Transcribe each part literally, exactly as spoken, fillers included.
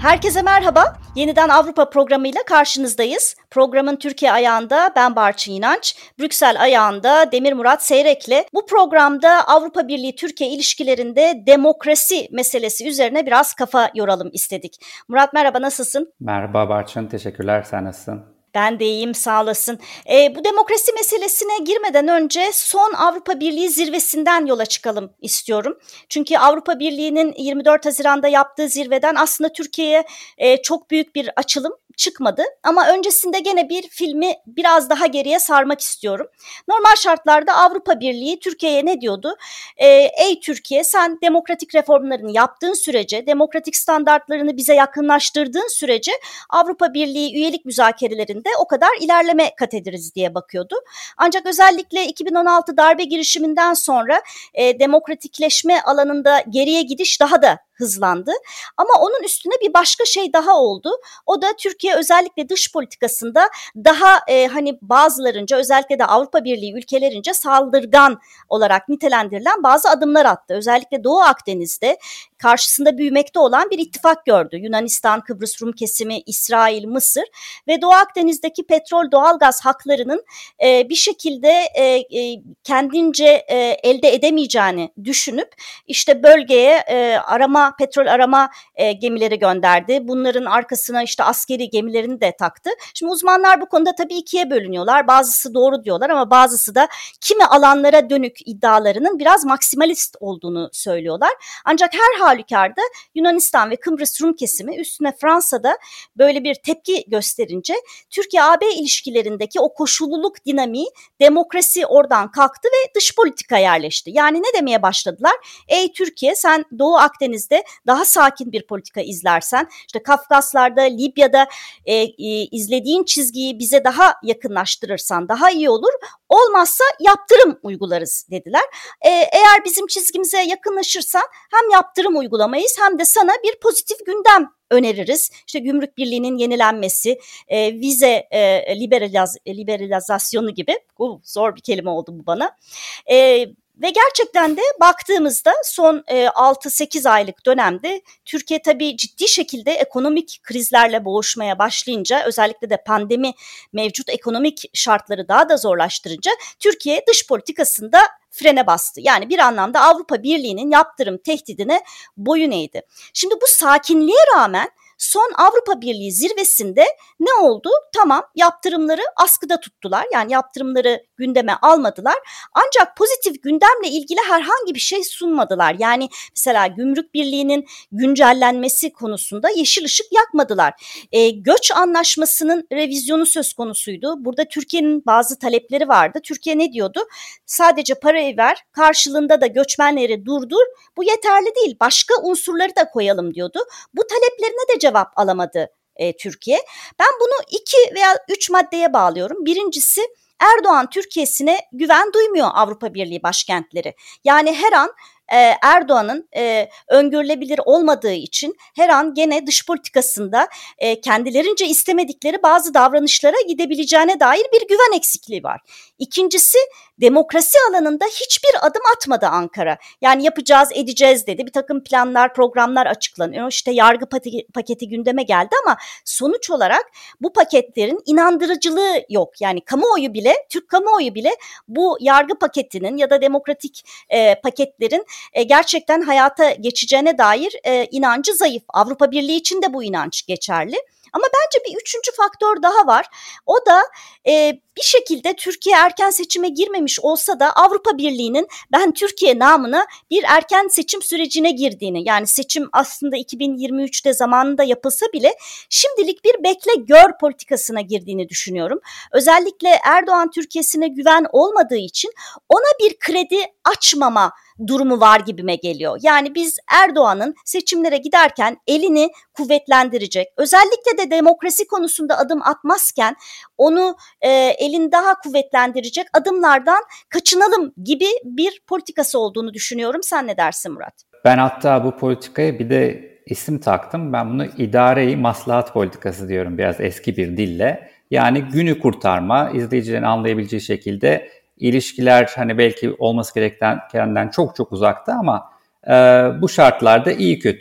Herkese merhaba. Yeniden Avrupa programıyla karşınızdayız. Programın Türkiye ayağında ben Barçın İnanç, Brüksel ayağında Demir Murat Seyrek'le bu programda Avrupa Birliği-Türkiye ilişkilerinde demokrasi meselesi üzerine biraz kafa yoralım istedik. Murat merhaba, nasılsın? Merhaba Barçın, teşekkürler. Sen nasılsın? Ben de iyiyim, sağ olasın. E, bu demokrasi meselesine girmeden önce son Avrupa Birliği zirvesinden yola çıkalım istiyorum. Çünkü Avrupa Birliği'nin yirmi dört Haziran'da yaptığı zirveden aslında Türkiye'ye e, çok büyük bir açılım çıkmadı. Ama öncesinde gene bir filmi biraz daha geriye sarmak istiyorum. Normal şartlarda Avrupa Birliği Türkiye'ye ne diyordu? E, Ey Türkiye, sen demokratik reformlarını yaptığın sürece, demokratik standartlarını bize yakınlaştırdığın sürece Avrupa Birliği üyelik müzakerelerinde o kadar ilerleme kat ederiz diye bakıyordu. Ancak özellikle iki bin on altı darbe girişiminden sonra e, demokratikleşme alanında geriye gidiş daha da hızlandı. Ama onun üstüne bir başka şey daha oldu. O da Türkiye özellikle dış politikasında daha e, hani bazılarınca, özellikle de Avrupa Birliği ülkelerince saldırgan olarak nitelendirilen bazı adımlar attı. Özellikle Doğu Akdeniz'de karşısında büyümekte olan bir ittifak gördü. Yunanistan, Kıbrıs Rum kesimi, İsrail, Mısır ve Doğu Akdeniz'deki petrol, doğalgaz haklarının e, bir şekilde e, e, kendince e, elde edemeyeceğini düşünüp işte bölgeye e, arama petrol arama e, gemileri gönderdi. Bunların arkasına işte askeri gemilerini de taktı. Şimdi uzmanlar bu konuda tabii ikiye bölünüyorlar. Bazısı doğru diyorlar ama bazısı da kimi alanlara dönük iddialarının biraz maksimalist olduğunu söylüyorlar. Ancak her halükarda Yunanistan ve Kıbrıs Rum kesimi üstüne Fransa'da böyle bir tepki gösterince Türkiye-A B ilişkilerindeki o koşulluluk dinamiği, demokrasi oradan kalktı ve dış politika yerleşti. Yani ne demeye başladılar? Ey Türkiye, sen Doğu Akdeniz'de daha sakin bir politika izlersen, işte Kafkaslar'da, Libya'da e, e, izlediğin çizgiyi bize daha yakınlaştırırsan daha iyi olur. Olmazsa yaptırım uygularız dediler. E, eğer bizim çizgimize yakınlaşırsan hem yaptırım uygulamayız hem de sana bir pozitif gündem öneririz. İşte gümrük birliğinin yenilenmesi, e, vize e, liberaliz- liberalizasyonu gibi. Uh, zor bir kelime oldu bu bana. E, Ve gerçekten de baktığımızda son e, altı sekiz aylık dönemde Türkiye tabii ciddi şekilde ekonomik krizlerle boğuşmaya başlayınca, özellikle de pandemi mevcut ekonomik şartları daha da zorlaştırınca Türkiye dış politikasında frene bastı. Yani bir anlamda Avrupa Birliği'nin yaptırım tehdidine boyun eğdi. Şimdi bu sakinliğe rağmen son Avrupa Birliği zirvesinde ne oldu? Tamam, yaptırımları askıda tuttular. Yani yaptırımları gündeme almadılar. Ancak pozitif gündemle ilgili herhangi bir şey sunmadılar. Yani mesela Gümrük Birliği'nin güncellenmesi konusunda yeşil ışık yakmadılar. E, göç anlaşmasının revizyonu söz konusuydu. Burada Türkiye'nin bazı talepleri vardı. Türkiye ne diyordu? Sadece parayı ver, karşılığında da göçmenleri durdur. Bu yeterli değil. Başka unsurları da koyalım diyordu. Bu taleplerine de cevap alamadı e, Türkiye. Ben bunu iki veya üç maddeye bağlıyorum. Birincisi, Erdoğan Türkiye'sine güven duymuyor Avrupa Birliği başkentleri. Yani her an e, Erdoğan'ın e, öngörülebilir olmadığı için her an gene dış politikasında e, kendilerince istemedikleri bazı davranışlara gidebileceğine dair bir güven eksikliği var. İkincisi, demokrasi alanında hiçbir adım atmadı Ankara. Yani yapacağız, edeceğiz dedi. Bir takım planlar, programlar açıklanıyor. İşte yargı paketi, paketi gündeme geldi ama sonuç olarak bu paketlerin inandırıcılığı yok. Yani kamuoyu bile, Türk kamuoyu bile bu yargı paketinin ya da demokratik e, paketlerin e, gerçekten hayata geçeceğine dair e, inancı zayıf. Avrupa Birliği için de bu inanç geçerli. Ama bence bir üçüncü faktör daha var. O da e, bir şekilde Türkiye erken seçime girmemiş olsa da Avrupa Birliği'nin ben Türkiye namına bir erken seçim sürecine girdiğini, yani seçim aslında iki bin yirmi üçte zamanında yapılsa bile şimdilik bir bekle gör politikasına girdiğini düşünüyorum. Özellikle Erdoğan Türkiye'sine güven olmadığı için ona bir kredi açmama durumu var gibime geliyor. Yani biz Erdoğan'ın seçimlere giderken elini kuvvetlendirecek, özellikle de demokrasi konusunda adım atmazken onu e, elini daha kuvvetlendirecek adımlardan kaçınalım gibi bir politikası olduğunu düşünüyorum. Sen ne dersin Murat? Ben hatta bu politikaya bir de isim taktım. Ben bunu idare-i maslahat politikası diyorum, biraz eski bir dille. Yani günü kurtarma, izleyicilerin anlayabileceği şekilde ilişkiler hani belki olması gerekenden çok çok uzakta ama e, bu şartlarda iyi kötü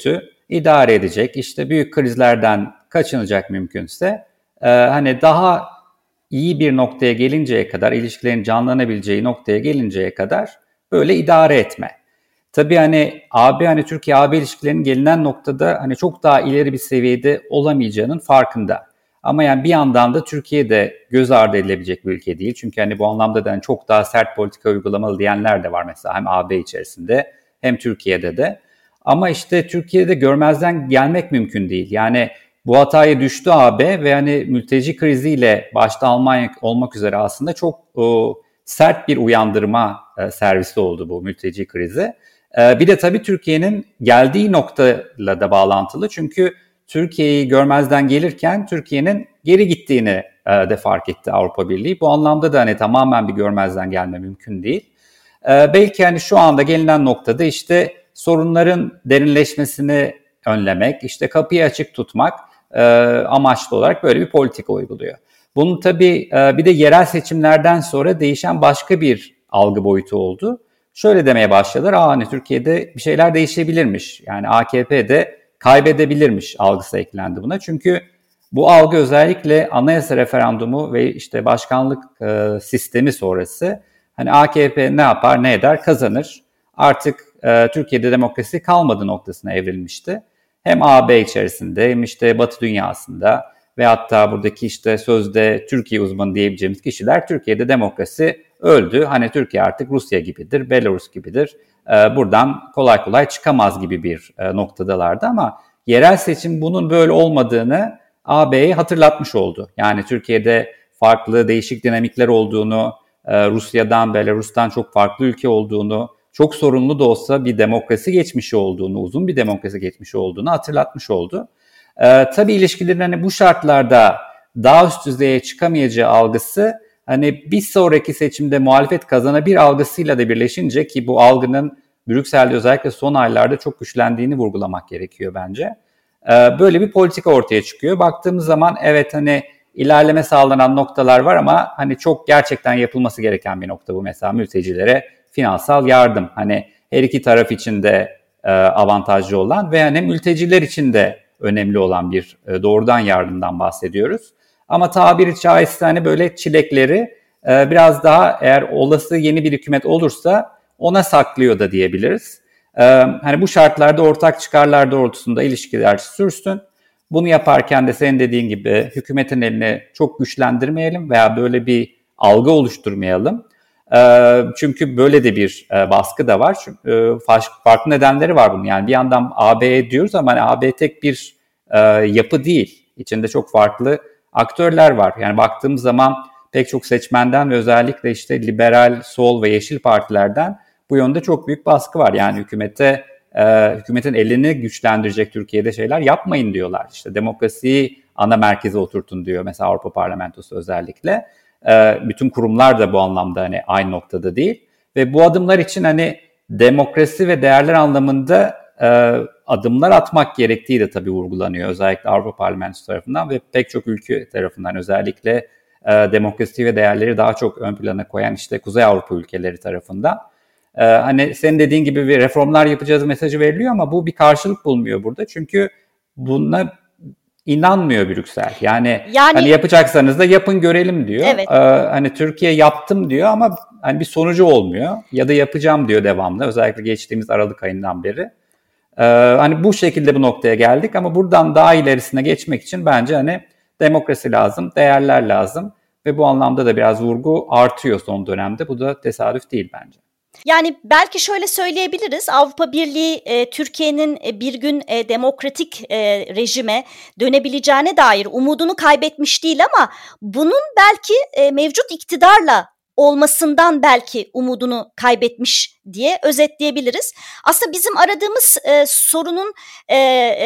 idare edecek, işte büyük krizlerden kaçınacak mümkünse. Ee, hani daha iyi bir noktaya gelinceye kadar, ilişkilerin canlanabileceği noktaya gelinceye kadar böyle idare etme. Tabii hani A B, hani Türkiye-A B ilişkilerinin gelinen noktada hani çok daha ileri bir seviyede olamayacağının farkında. Ama yani bir yandan da Türkiye de göz ardı edilebilecek bir ülke değil. Çünkü hani bu anlamda da hani çok daha sert politika uygulamalı diyenler de var mesela hem A B içerisinde hem Türkiye'de de. Ama işte Türkiye'de görmezden gelmek mümkün değil. Yani bu hataya düştü A B ve hani mülteci kriziyle başta Almanya olmak üzere aslında çok o, sert bir uyandırma e, servisi oldu bu mülteci krizi. E, bir de tabii Türkiye'nin geldiği noktayla da bağlantılı. Çünkü Türkiye'yi görmezden gelirken Türkiye'nin geri gittiğini e, de fark etti Avrupa Birliği. Bu anlamda da hani tamamen bir görmezden gelme mümkün değil. E, belki hani şu anda gelinen noktada işte sorunların derinleşmesini önlemek, işte kapıyı açık tutmak e, amaçlı olarak böyle bir politika uyguluyor. Bunun tabii e, bir de yerel seçimlerden sonra değişen başka bir algı boyutu oldu. Şöyle demeye başladılar, aa hani Türkiye'de bir şeyler değişebilirmiş. Yani A K P'de kaybedebilirmiş algısı eklendi buna. Çünkü bu algı özellikle anayasa referandumu ve işte başkanlık e, sistemi sonrası hani A K P ne yapar ne eder kazanır. Artık e, Türkiye'de demokrasi kalmadı noktasına evrilmişti. Hem A B içerisinde hem işte Batı dünyasında ve hatta buradaki işte sözde Türkiye uzmanı diyebileceğimiz kişiler Türkiye'de demokrasi öldü. Hani Türkiye artık Rusya gibidir, Belarus gibidir. Ee, buradan kolay kolay çıkamaz gibi bir e, noktadalardı ama yerel seçim bunun böyle olmadığını A B'ye hatırlatmış oldu. Yani Türkiye'de farklı değişik dinamikler olduğunu, e, Rusya'dan, Belarus'tan çok farklı ülke olduğunu, çok sorunlu da olsa bir demokrasi geçmişi olduğunu, uzun bir demokrasi geçmişi olduğunu hatırlatmış oldu. Ee, tabii ilişkilerin hani bu şartlarda daha üst düzeye çıkamayacağı algısı hani bir sonraki seçimde muhalefet kazanabilir algısıyla da birleşince ki bu algının Brüksel'de özellikle son aylarda çok güçlendiğini vurgulamak gerekiyor bence. Ee, böyle bir politika ortaya çıkıyor. Baktığımız zaman evet hani ilerleme sağlanan noktalar var ama hani çok gerçekten yapılması gereken bir nokta bu. Mesela mültecilere finansal yardım. Hani her iki taraf için de e, avantajlı olan ve hani mülteciler için de önemli olan bir e, doğrudan yardımdan bahsediyoruz. Ama tabiri caizse hani böyle çilekleri e, biraz daha eğer olası yeni bir hükümet olursa ona saklıyor da diyebiliriz. E, hani bu şartlarda ortak çıkarlar doğrultusunda ilişkiler sürsün. Bunu yaparken de senin dediğin gibi hükümetin elini çok güçlendirmeyelim veya böyle bir algı oluşturmayalım. E, çünkü böyle de bir e, baskı da var. E, farklı nedenleri var bunun. Yani bir yandan A B diyoruz ama hani A B tek bir e, yapı değil. İçinde çok farklı aktörler var. Yani baktığımız zaman pek çok seçmenden ve özellikle işte liberal, sol ve yeşil partilerden bu yönde çok büyük baskı var. Yani hükümete, e, hükümetin elini güçlendirecek Türkiye'de şeyler yapmayın diyorlar. İşte demokrasiyi ana merkeze oturtun diyor mesela Avrupa Parlamentosu özellikle. E, bütün kurumlar da bu anlamda hani aynı noktada değil. Ve bu adımlar için hani demokrasi ve değerler anlamında e, adımlar atmak gerektiği de tabii vurgulanıyor. Özellikle Avrupa Parlamentosu tarafından ve pek çok ülke tarafından özellikle e, demokrasi ve değerleri daha çok ön plana koyan işte Kuzey Avrupa ülkeleri tarafından. E, hani senin dediğin gibi bir reformlar yapacağız mesajı veriliyor ama bu bir karşılık bulmuyor burada. Çünkü buna inanmıyor Brüksel. Yani, yani hani yapacaksanız da yapın görelim diyor. Evet. Ee, hani Türkiye yaptım diyor ama hani bir sonucu olmuyor. Ya da yapacağım diyor devamlı. Özellikle geçtiğimiz Aralık ayından beri. Ee, hani bu şekilde bu noktaya geldik ama buradan daha ilerisine geçmek için bence hani demokrasi lazım, değerler lazım ve bu anlamda da biraz vurgu artıyor son dönemde. Bu da tesadüf değil bence. Yani belki şöyle söyleyebiliriz, Avrupa Birliği e, Türkiye'nin e, bir gün e, demokratik e, rejime dönebileceğine dair umudunu kaybetmiş değil ama bunun belki e, mevcut iktidarla olmasından belki umudunu kaybetmiş diye özetleyebiliriz. Aslında bizim aradığımız e, sorunun e,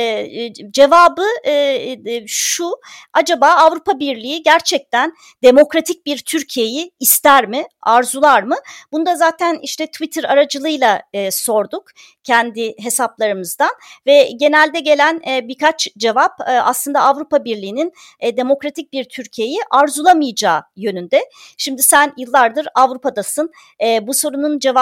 e, cevabı e, e, şu: acaba Avrupa Birliği gerçekten demokratik bir Türkiye'yi ister mi, arzular mı? Bunu da zaten işte Twitter aracılığıyla e, sorduk kendi hesaplarımızdan ve genelde gelen e, birkaç cevap e, aslında Avrupa Birliği'nin e, demokratik bir Türkiye'yi arzulamayacağı yönünde. Şimdi sen yıllardır Avrupa'dasın. E, bu sorunun cevabını önce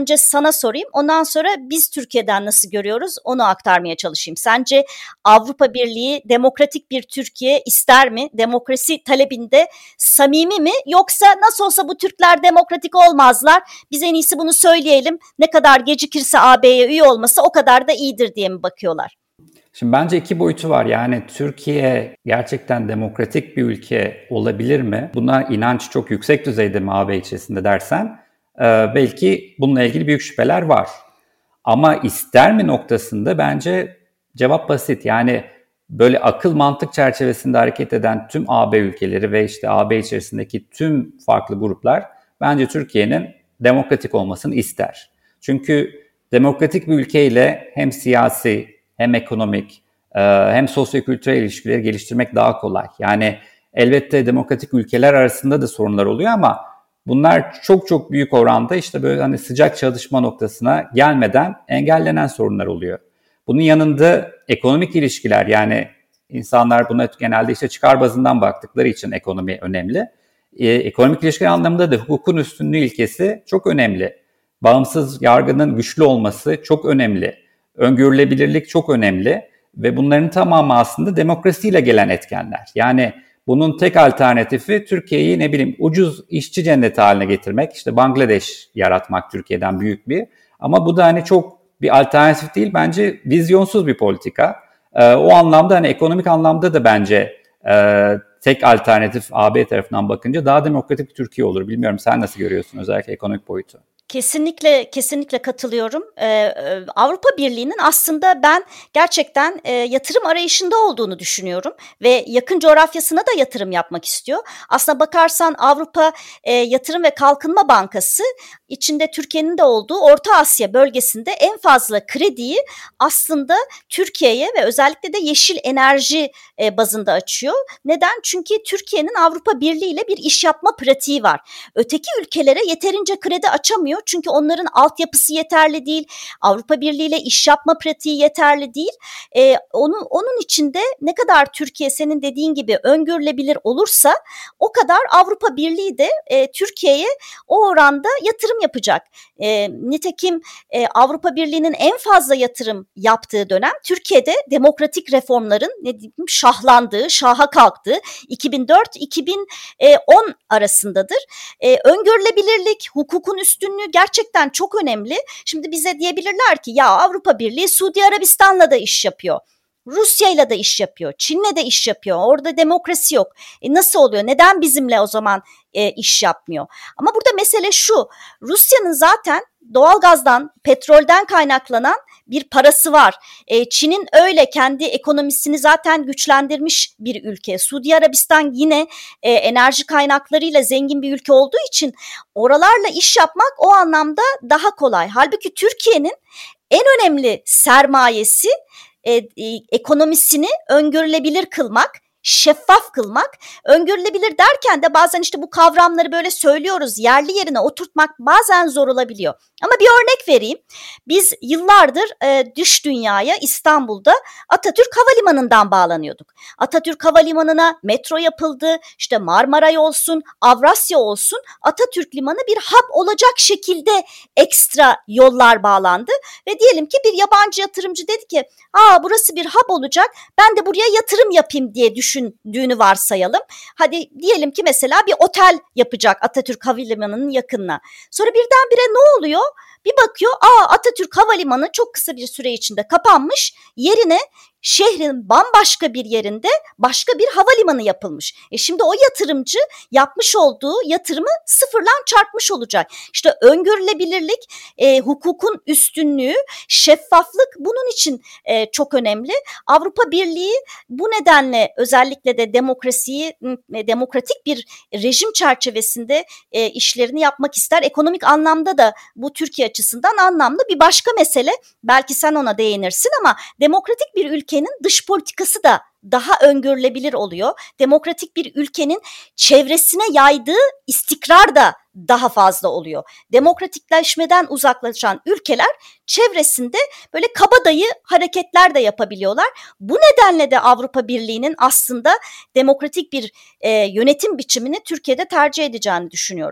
önce sana sorayım. Ondan sonra biz Türkiye'den nasıl görüyoruz onu aktarmaya çalışayım. Sence Avrupa Birliği demokratik bir Türkiye ister mi? Demokrasi talebinde samimi mi? Yoksa nasıl olsa bu Türkler demokratik olmazlar, biz en iyisi bunu söyleyelim, ne kadar gecikirse A B'ye üye olması o kadar da iyidir diye mi bakıyorlar? Şimdi bence iki boyutu var. Yani Türkiye gerçekten demokratik bir ülke olabilir mi? Buna inanç çok yüksek düzeyde mi A B içerisinde dersen e, belki bununla ilgili büyük şüpheler var. Ama ister mi noktasında bence cevap basit. Yani böyle akıl mantık çerçevesinde hareket eden tüm A B ülkeleri ve işte A B içerisindeki tüm farklı gruplar bence Türkiye'nin demokratik olmasını ister. Çünkü demokratik bir ülkeyle hem siyasi hem ekonomik hem sosyo-kültürel ilişkileri geliştirmek daha kolay. Yani elbette demokratik ülkeler arasında da sorunlar oluyor ama bunlar çok çok büyük oranda işte böyle hani sıcak çatışma noktasına gelmeden engellenen sorunlar oluyor. Bunun yanında ekonomik ilişkiler, yani insanlar buna genelde işte çıkar bazından baktıkları için ekonomi önemli. Ee, ekonomik ilişkiler anlamında da hukukun üstünlüğü ilkesi çok önemli. Bağımsız yargının güçlü olması çok önemli. Öngörülebilirlik çok önemli ve bunların tamamı aslında demokrasiyle gelen etkenler. Yani bunun tek alternatifi Türkiye'yi ne bileyim ucuz işçi cenneti haline getirmek, işte Bangladeş yaratmak Türkiye'den büyük bir. Ama bu da hani çok bir alternatif değil, bence vizyonsuz bir politika. Ee, o anlamda hani ekonomik anlamda da bence e, tek alternatif A B tarafından bakınca daha demokratik bir Türkiye olur. Bilmiyorum, sen nasıl görüyorsun özellikle ekonomik boyutu? Kesinlikle kesinlikle katılıyorum. Ee, Avrupa Birliği'nin aslında ben gerçekten e, yatırım arayışında olduğunu düşünüyorum ve yakın coğrafyasına da yatırım yapmak istiyor. Aslına bakarsan Avrupa e, Yatırım ve Kalkınma Bankası içinde Türkiye'nin de olduğu Orta Asya bölgesinde en fazla krediyi aslında Türkiye'ye ve özellikle de yeşil enerji e, bazında açıyor. Neden? Çünkü Türkiye'nin Avrupa Birliği ile bir iş yapma pratiği var. Öteki ülkelere yeterince kredi açamıyor. Çünkü onların altyapısı yeterli değil. Avrupa Birliği ile iş yapma pratiği yeterli değil. Ee, onun, onun için de ne kadar Türkiye senin dediğin gibi öngörülebilir olursa o kadar Avrupa Birliği de e, Türkiye'ye o oranda yatırım yapacak. E, nitekim e, Avrupa Birliği'nin en fazla yatırım yaptığı dönem Türkiye'de demokratik reformların ne diyeyim, şahlandığı, şaha kalktığı iki bin dört iki bin on arasındadır. E, öngörülebilirlik, hukukun üstünlüğü gerçekten çok önemli. Şimdi bize diyebilirler ki ya Avrupa Birliği Suudi Arabistan'la da iş yapıyor. Rusya'yla da iş yapıyor. Çin'le de iş yapıyor. Orada demokrasi yok. E nasıl oluyor? Neden bizimle o zaman e, iş yapmıyor? Ama burada mesele şu. Rusya'nın zaten doğalgazdan, petrolden kaynaklanan bir parası var. E, Çin'in öyle kendi ekonomisini zaten güçlendirmiş bir ülke. Suudi Arabistan yine e, enerji kaynaklarıyla zengin bir ülke olduğu için oralarla iş yapmak o anlamda daha kolay. Halbuki Türkiye'nin en önemli sermayesi e, e, ekonomisini öngörülebilir kılmak, şeffaf kılmak. Öngörülebilir derken de bazen işte bu kavramları böyle söylüyoruz, yerli yerine oturtmak bazen zor olabiliyor. Ama bir örnek vereyim. Biz yıllardır e, dış dünyaya İstanbul'da Atatürk Havalimanı'ndan bağlanıyorduk. Atatürk Havalimanı'na metro yapıldı, işte Marmaray olsun, Avrasya olsun, Atatürk Limanı bir hub olacak şekilde ekstra yollar bağlandı. Ve diyelim ki bir yabancı yatırımcı dedi ki, aa burası bir hub olacak, ben de buraya yatırım yapayım diye düşündüğünü varsayalım. Hadi diyelim ki mesela bir otel yapacak Atatürk Havalimanı'nın yakınına. Sonra birdenbire ne oluyor? Bir bakıyor, aa Atatürk Havalimanı çok kısa bir süre içinde kapanmış, yerine şehrin bambaşka bir yerinde başka bir havalimanı yapılmış. E şimdi o yatırımcı yapmış olduğu yatırımı sıfırlan çarpmış olacak. İşte öngörülebilirlik, e, hukukun üstünlüğü, şeffaflık bunun için e, çok önemli. Avrupa Birliği bu nedenle özellikle de demokrasiyi, e, demokratik bir rejim çerçevesinde e, işlerini yapmak ister. Ekonomik anlamda da bu Türkiye açısından anlamlı. Bir başka mesele, belki sen ona değinirsin ama demokratik bir ülkenin dış politikası da daha öngörülebilir oluyor. Demokratik bir ülkenin çevresine yaydığı istikrar da daha fazla oluyor. Demokratikleşmeden uzaklaşan ülkeler çevresinde böyle kabadayı hareketler de yapabiliyorlar. Bu nedenle de Avrupa Birliği'nin aslında demokratik bir e, yönetim biçimini Türkiye'de tercih edeceğini düşünüyorum.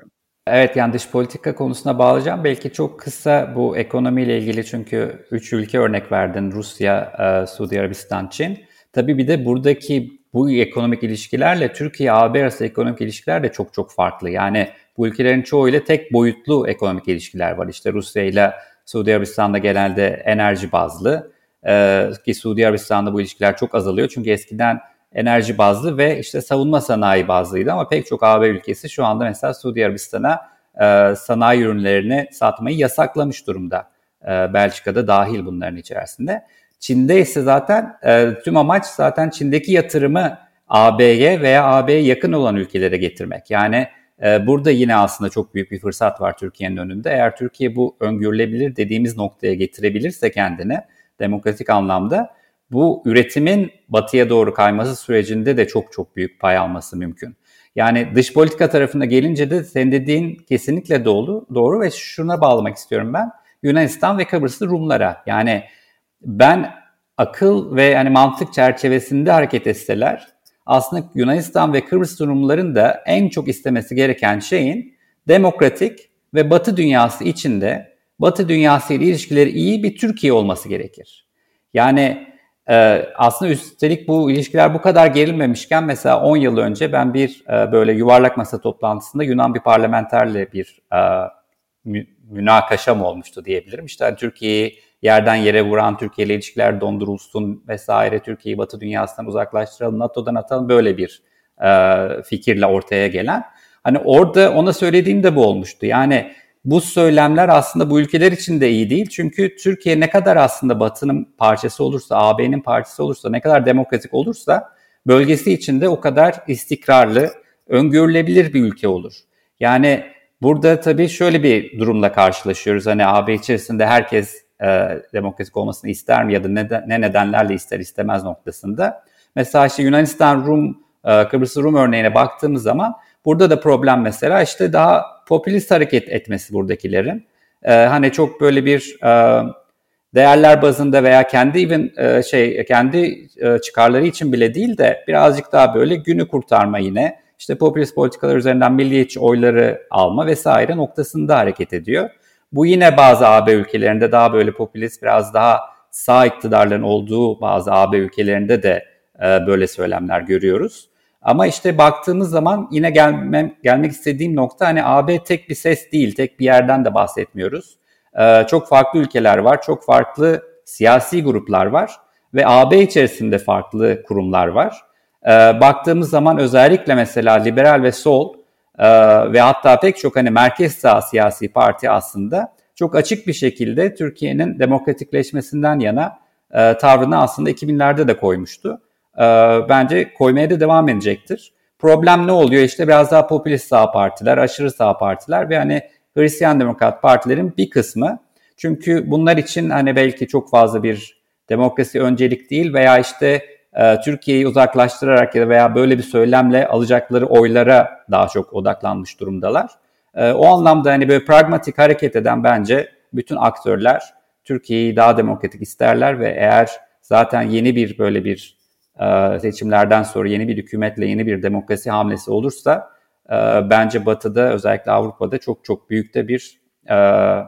Evet, yani dış politika konusuna bağlayacağım. Belki çok kısa bu ekonomiyle ilgili, çünkü üç ülke örnek verdin: Rusya, e, Suudi Arabistan, Çin. Tabii bir de buradaki bu ekonomik ilişkilerle Türkiye-A B arası ekonomik ilişkiler de çok çok farklı. Yani bu ülkelerin çoğuyla tek boyutlu ekonomik ilişkiler var. İşte Rusya ile Suudi Arabistan'da genelde enerji bazlı. Ee, ki Suudi Arabistan'da bu ilişkiler çok azalıyor. Çünkü eskiden enerji bazlı ve işte savunma sanayi bazlıydı, ama pek çok A B ülkesi şu anda mesela Suudi Arabistan'a e, sanayi ürünlerini satmayı yasaklamış durumda. E, Belçika'da dahil bunların içerisinde. Çin'de ise zaten e, tüm amaç zaten Çin'deki yatırımı A B'ye veya A B'ye yakın olan ülkelere getirmek. Yani e, burada yine aslında çok büyük bir fırsat var Türkiye'nin önünde. Eğer Türkiye bu öngörülebilir dediğimiz noktaya getirebilirse kendini demokratik anlamda, bu üretimin batıya doğru kayması sürecinde de çok çok büyük pay alması mümkün. Yani dış politika tarafına gelince de senin dediğin kesinlikle doğru, doğru ve şuna bağlamak istiyorum ben. Yunanistan ve Kıbrıslı Rumlara. Yani ben akıl ve yani mantık çerçevesinde hareket etseler, aslında Yunanistan ve Kıbrıslı Rumların da en çok istemesi gereken şeyin demokratik ve Batı dünyası içinde, Batı dünyası ile ilişkileri iyi bir Türkiye olması gerekir. Yani e, aslında üstelik bu ilişkiler bu kadar gerilmemişken, mesela on yıl önce ben bir e, böyle yuvarlak masa toplantısında Yunan bir parlamenterle bir e, mü, münakaşam olmuştu diyebilirim. İşte hani Türkiye'yi yerden yere vuran, Türkiye ile ilişkiler dondurulsun vesaire, Türkiye'yi Batı dünyasından uzaklaştıralım, NATO'dan atalım, böyle bir e, fikirle ortaya gelen. Hani orada ona söylediğim de bu olmuştu. Yani bu söylemler aslında bu ülkeler için de iyi değil. Çünkü Türkiye ne kadar aslında Batı'nın parçası olursa, A B'nin parçası olursa, ne kadar demokratik olursa bölgesi içinde o kadar istikrarlı, öngörülebilir bir ülke olur. Yani burada tabii şöyle bir durumla karşılaşıyoruz. Hani A B içerisinde herkes e, demokratik olmasını ister mi ya da ne, ne nedenlerle ister istemez noktasında. Mesela işte Yunanistan, Rum, e, Kıbrıs Rum örneğine baktığımız zaman burada da problem mesela işte daha popülist hareket etmesi buradakilerin. Ee, hani çok böyle bir e, değerler bazında veya kendi even e, şey kendi e, çıkarları için bile değil de birazcık daha böyle günü kurtarma, yine işte popülist politikalar üzerinden milliyetçi oyları alma vesaire noktasında hareket ediyor. Bu yine bazı A B ülkelerinde daha böyle popülist, biraz daha sağ iktidarların olduğu bazı A B ülkelerinde de e, böyle söylemler görüyoruz. Ama işte baktığımız zaman yine gelmem, gelmek istediğim nokta, hani A B tek bir ses değil, tek bir yerden de bahsetmiyoruz. Ee, çok farklı ülkeler var, çok farklı siyasi gruplar var ve A B içerisinde farklı kurumlar var. Ee, baktığımız zaman özellikle mesela liberal ve sol e, ve hatta pek çok hani merkez sağ siyasi parti aslında çok açık bir şekilde Türkiye'nin demokratikleşmesinden yana e, tavrını aslında iki binlerde de koymuştu. Bence koymaya da devam edecektir. Problem ne oluyor? İşte biraz daha popülist sağ partiler, aşırı sağ partiler ve hani Hristiyan Demokrat partilerin bir kısmı. Çünkü bunlar için hani belki çok fazla bir demokrasi öncelik değil veya işte e, Türkiye'yi uzaklaştırarak ya da veya böyle bir söylemle alacakları oylara daha çok odaklanmış durumdalar. E, o anlamda hani böyle pragmatik hareket eden bence bütün aktörler Türkiye'yi daha demokratik isterler ve eğer zaten yeni bir böyle bir seçimlerden sonra yeni bir hükümetle yeni bir demokrasi hamlesi olursa bence Batı'da, özellikle Avrupa'da çok çok büyük de bir e,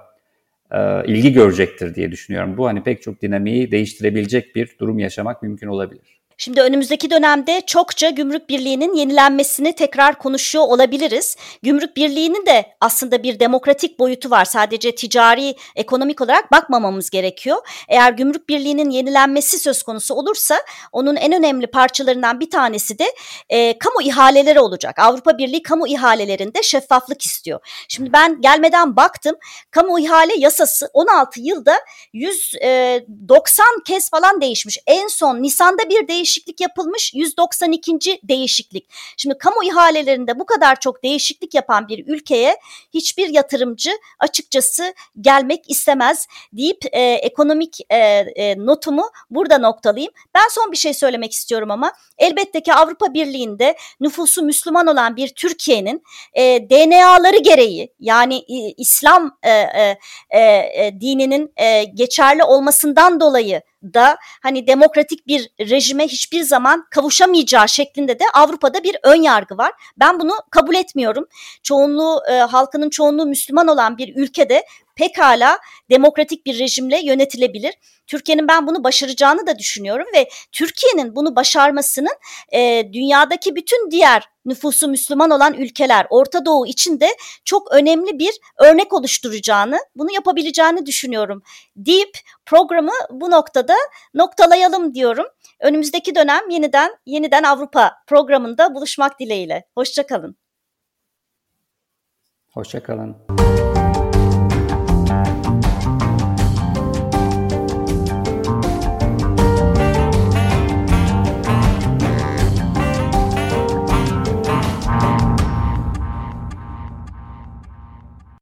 e, ilgi görecektir diye düşünüyorum. Bu hani pek çok dinamiği değiştirebilecek bir durum yaşamak mümkün olabilir. Şimdi önümüzdeki dönemde çokça Gümrük Birliği'nin yenilenmesini tekrar konuşuyor olabiliriz. Gümrük Birliği'nin de aslında bir demokratik boyutu var. Sadece ticari, ekonomik olarak bakmamamız gerekiyor. Eğer Gümrük Birliği'nin yenilenmesi söz konusu olursa onun en önemli parçalarından bir tanesi de e, kamu ihaleleri olacak. Avrupa Birliği kamu ihalelerinde şeffaflık istiyor. Şimdi ben gelmeden baktım. Kamu ihale yasası on altı yılda yüz doksan kez falan değişmiş. En son Nisan'da bir değişiklik değişiklik yapılmış, yüz doksan ikinci değişiklik. Şimdi kamu ihalelerinde bu kadar çok değişiklik yapan bir ülkeye hiçbir yatırımcı açıkçası gelmek istemez deyip e, ekonomik e, e, notumu burada noktalayayım. Ben son bir şey söylemek istiyorum ama elbette ki Avrupa Birliği'nde nüfusu Müslüman olan bir Türkiye'nin e, D N A'ları gereği, yani e, İslam e, e, e, dininin e, geçerli olmasından dolayı da hani demokratik bir rejime hiçbir zaman kavuşamayacağı şeklinde de Avrupa'da bir ön yargı var. Ben bunu kabul etmiyorum. Çoğunluğu e, halkının çoğunluğu Müslüman olan bir ülkede pekala demokratik bir rejimle yönetilebilir. Türkiye'nin ben bunu başaracağını da düşünüyorum ve Türkiye'nin bunu başarmasının e, dünyadaki bütün diğer nüfusu Müslüman olan ülkeler, Orta Doğu için de çok önemli bir örnek oluşturacağını, bunu yapabileceğini düşünüyorum deyip programı bu noktada noktalayalım diyorum. Önümüzdeki dönem yeniden yeniden Avrupa programında buluşmak dileğiyle. Hoşça kalın. Hoşça kalın.